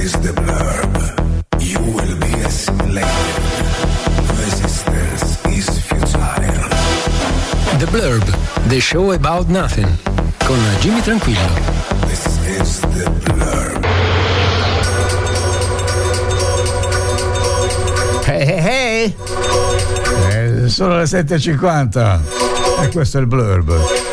is the blurb. You will be assimilated. Resistance is futile. The Blurb, the show about nothing, con Jimmy Tranquillo. This is the blurb. Hey. Sono le 7:50 e questo è il Blurb.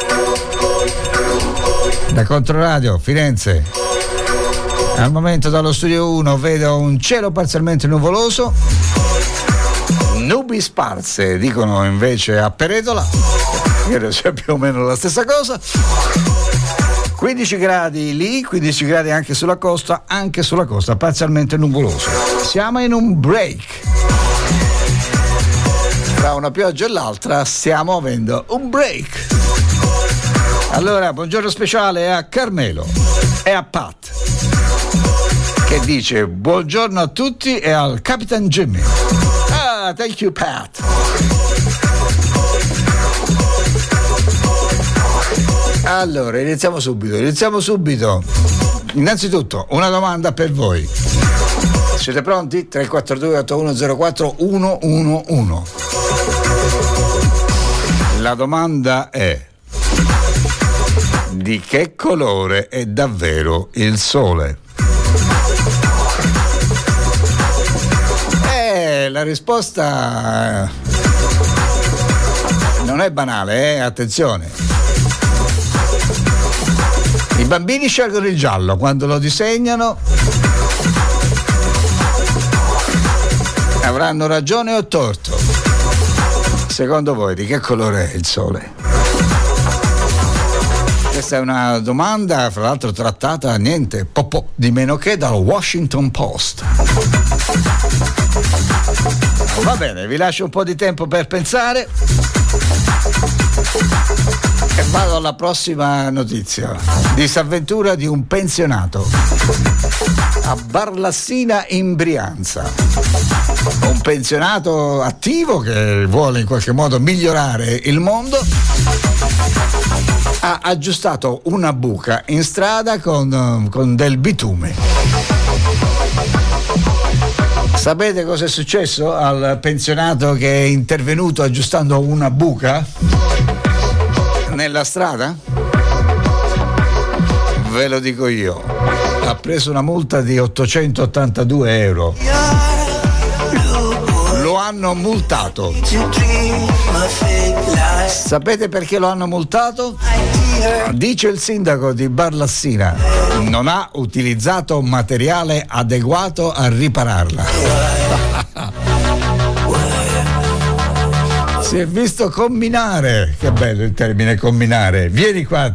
Da Controradio, Firenze. Al momento dallo studio 1 vedo un cielo parzialmente nuvoloso, nubi sparse, dicono invece a Peretola, credo sia più o meno la stessa cosa. 15 gradi lì, 15 gradi anche sulla costa parzialmente nuvoloso. Siamo in un break. Tra una pioggia e l'altra stiamo avendo un break. Allora, buongiorno speciale a Carmelo e a Pat, che dice buongiorno a tutti, e al Capitan Jimmy. Ah, thank you Pat. Allora, iniziamo subito. Innanzitutto, una domanda per voi. Siete pronti? 342 8104 111. La domanda è: di che colore è davvero il sole? La risposta non è banale, attenzione. I bambini scelgono il giallo quando lo disegnano. Avranno ragione o torto? Secondo voi di che colore è il sole? Questa è una domanda, fra l'altro, trattata niente di meno che dal Washington Post. Va bene, vi lascio un po' di tempo per pensare e vado alla prossima notizia. Disavventura di un pensionato a Barlassina in Brianza. Un pensionato attivo che vuole in qualche modo migliorare il mondo ha aggiustato una buca in strada con del bitume. Sapete cosa è successo al pensionato che è intervenuto aggiustando una buca nella strada? Ve lo dico io. Ha preso una multa di 882 euro. Lo hanno multato. Sapete perché lo hanno multato? Dice il sindaco di Barlassina: non ha utilizzato materiale adeguato a ripararla. Si è visto comminare. Che bello il termine comminare. Vieni qua.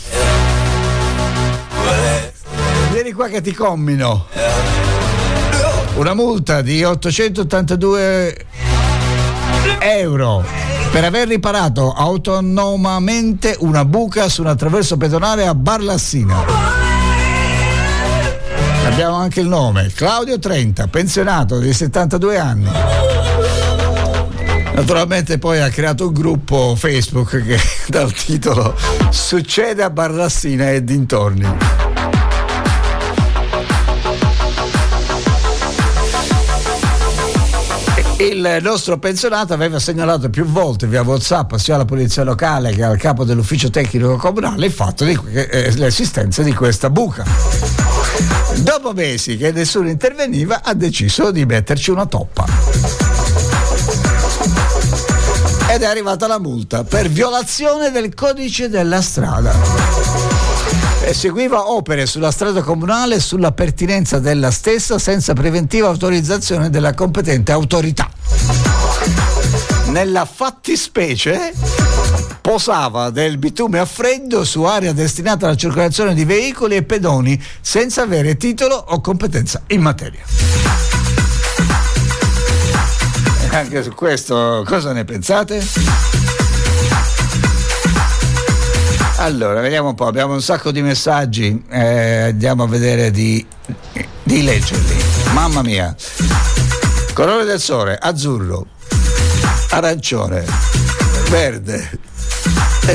Vieni qua che ti commino. Una multa di 882 euro per aver riparato autonomamente una buca su un attraverso pedonale a Barlassina. Abbiamo anche il nome: Claudio 30, pensionato di 72 anni. Naturalmente poi ha creato un gruppo Facebook che dal titolo "Succede a Barlassina e dintorni". Il nostro pensionato aveva segnalato più volte via WhatsApp sia alla polizia locale che al capo dell'ufficio tecnico comunale il fatto di l'esistenza di questa buca. Dopo mesi che nessuno interveniva, ha deciso di metterci una toppa. Ed è arrivata la multa per violazione del codice della strada. Eseguiva opere sulla strada comunale sulla pertinenza della stessa senza preventiva autorizzazione della competente autorità. Nella fattispecie posava del bitume a freddo su area destinata alla circolazione di veicoli e pedoni senza avere titolo o competenza in materia. Anche su questo cosa ne pensate? Allora, vediamo un po', abbiamo un sacco di messaggi, andiamo a vedere di leggerli. Mamma mia. Colore del sole: azzurro, arancione, verde e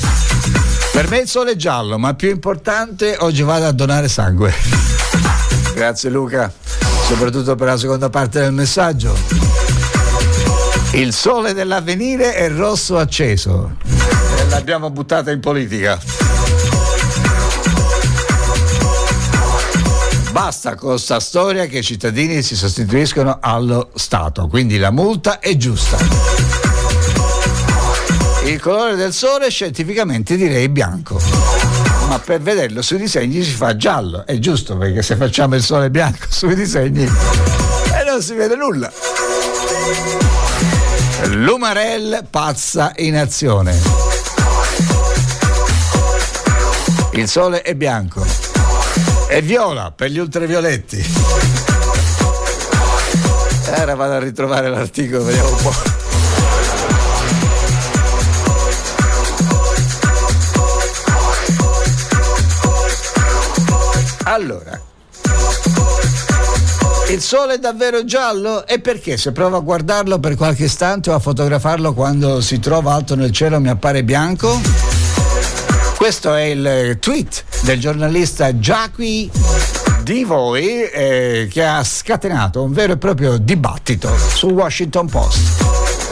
per me il sole è giallo, ma più importante, oggi vado a donare sangue. Grazie Luca, soprattutto per la seconda parte del messaggio. Il sole dell'avvenire è rosso acceso e l'abbiamo buttata in politica. Basta con sta storia che i cittadini si sostituiscono allo Stato, quindi la multa è giusta. Il colore del sole scientificamente direi bianco, ma per vederlo sui disegni si fa giallo, è giusto, perché se facciamo il sole bianco sui disegni non si vede nulla. L'Umarell pazza in azione. Il sole è bianco, è viola per gli ultravioletti. Ora vado a ritrovare l'articolo, vediamo un po'. Allora, il sole è davvero giallo? E perché? Se provo a guardarlo per qualche istante o a fotografarlo quando si trova alto nel cielo mi appare bianco? Questo è il tweet del giornalista Jackie Devoy che ha scatenato un vero e proprio dibattito sul Washington Post.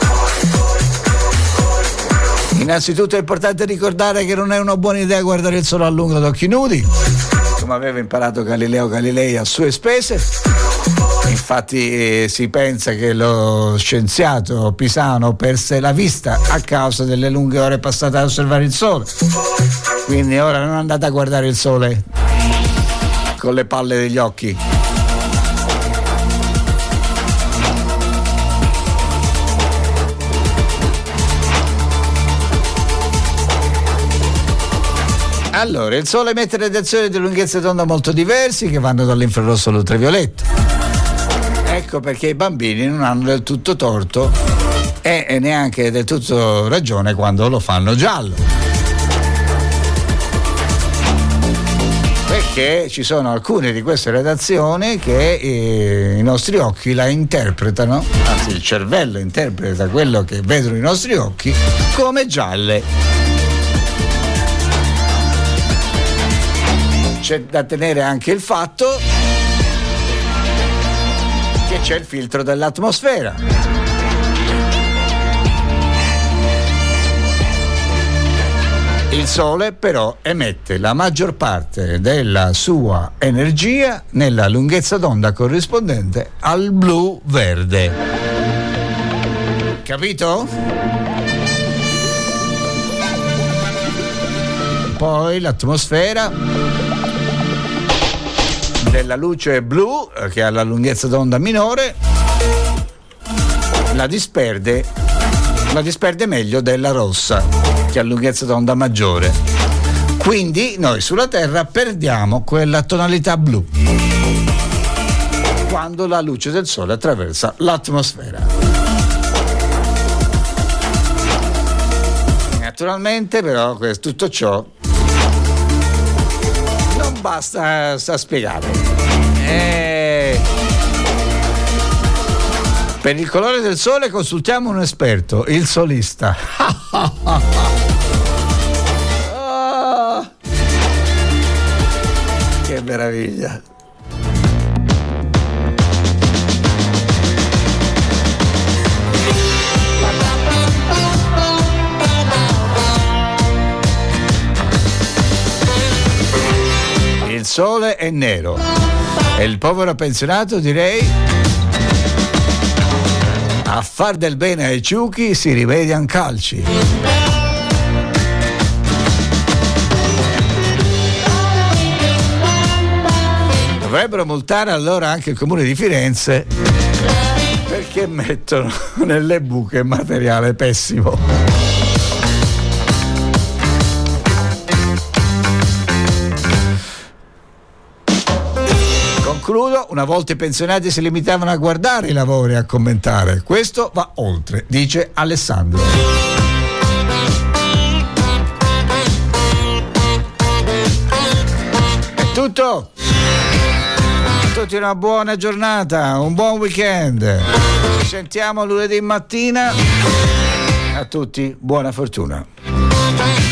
Innanzitutto è importante ricordare che non è una buona idea guardare il sole a lungo ad occhi nudi, come aveva imparato Galileo Galilei a sue spese. Infatti si pensa che lo scienziato pisano perse la vista a causa delle lunghe ore passate ad osservare il sole. Quindi ora non andate a guardare il sole con le palle degli occhi. Allora, il sole emette radiazioni di lunghezze d'onda molto diversi che vanno dall'infrarosso all'ultravioletto. Ecco perché i bambini non hanno del tutto torto e neanche del tutto ragione quando lo fanno giallo. Perché ci sono alcune di queste radiazioni che i nostri occhi la interpretano, anzi il cervello interpreta quello che vedono i nostri occhi come gialle. C'è da tenere anche il fatto che c'è il filtro dell'atmosfera. Il sole però emette la maggior parte della sua energia nella lunghezza d'onda corrispondente al blu-verde. Capito? Poi l'atmosfera della luce blu, che ha la lunghezza d'onda minore, la disperde meglio della rossa, che ha lunghezza d'onda maggiore. Quindi noi sulla Terra perdiamo quella tonalità blu quando la luce del sole attraversa l'atmosfera. Naturalmente però tutto ciò non basta sta spiegato. Per il colore del sole consultiamo un esperto, il solista. Oh, che meraviglia. Il sole è nero e il povero pensionato, direi, a far del bene ai ciuchi si rimedian calci. Dovrebbero multare allora anche il comune di Firenze perché mettono nelle buche materiale pessimo. Concludo, una volta i pensionati si limitavano a guardare i lavori e a commentare. Questo va oltre, dice Alessandro. È tutto. A tutti una buona giornata, un buon weekend. Ci sentiamo lunedì mattina. A tutti buona fortuna.